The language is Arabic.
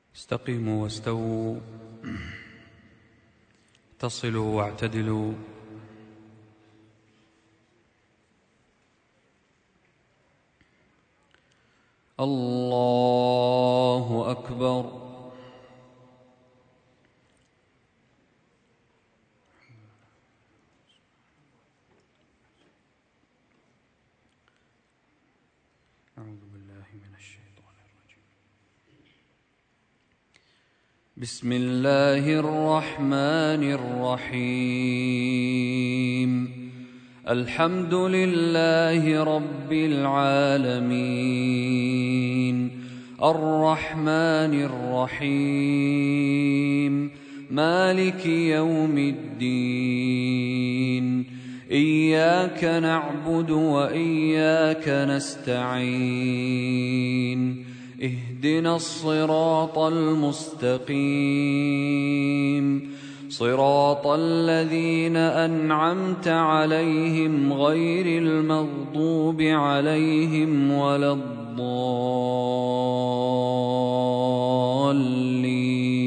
استقيموا واستووا، اتصلوا واعتدلوا. الله أكبر. أعوذ بالله من الشيطان الرجيم. بسم الله الرحمن الرحيم. الحمد لله رب العالمين، الرحمن الرحيم، مالك يوم الدين، إياك نعبد وإياك نستعين، اهدنا الصراط المستقيم، صراط الذين أنعمت عليهم غير المغضوب عليهم ولا الضالين.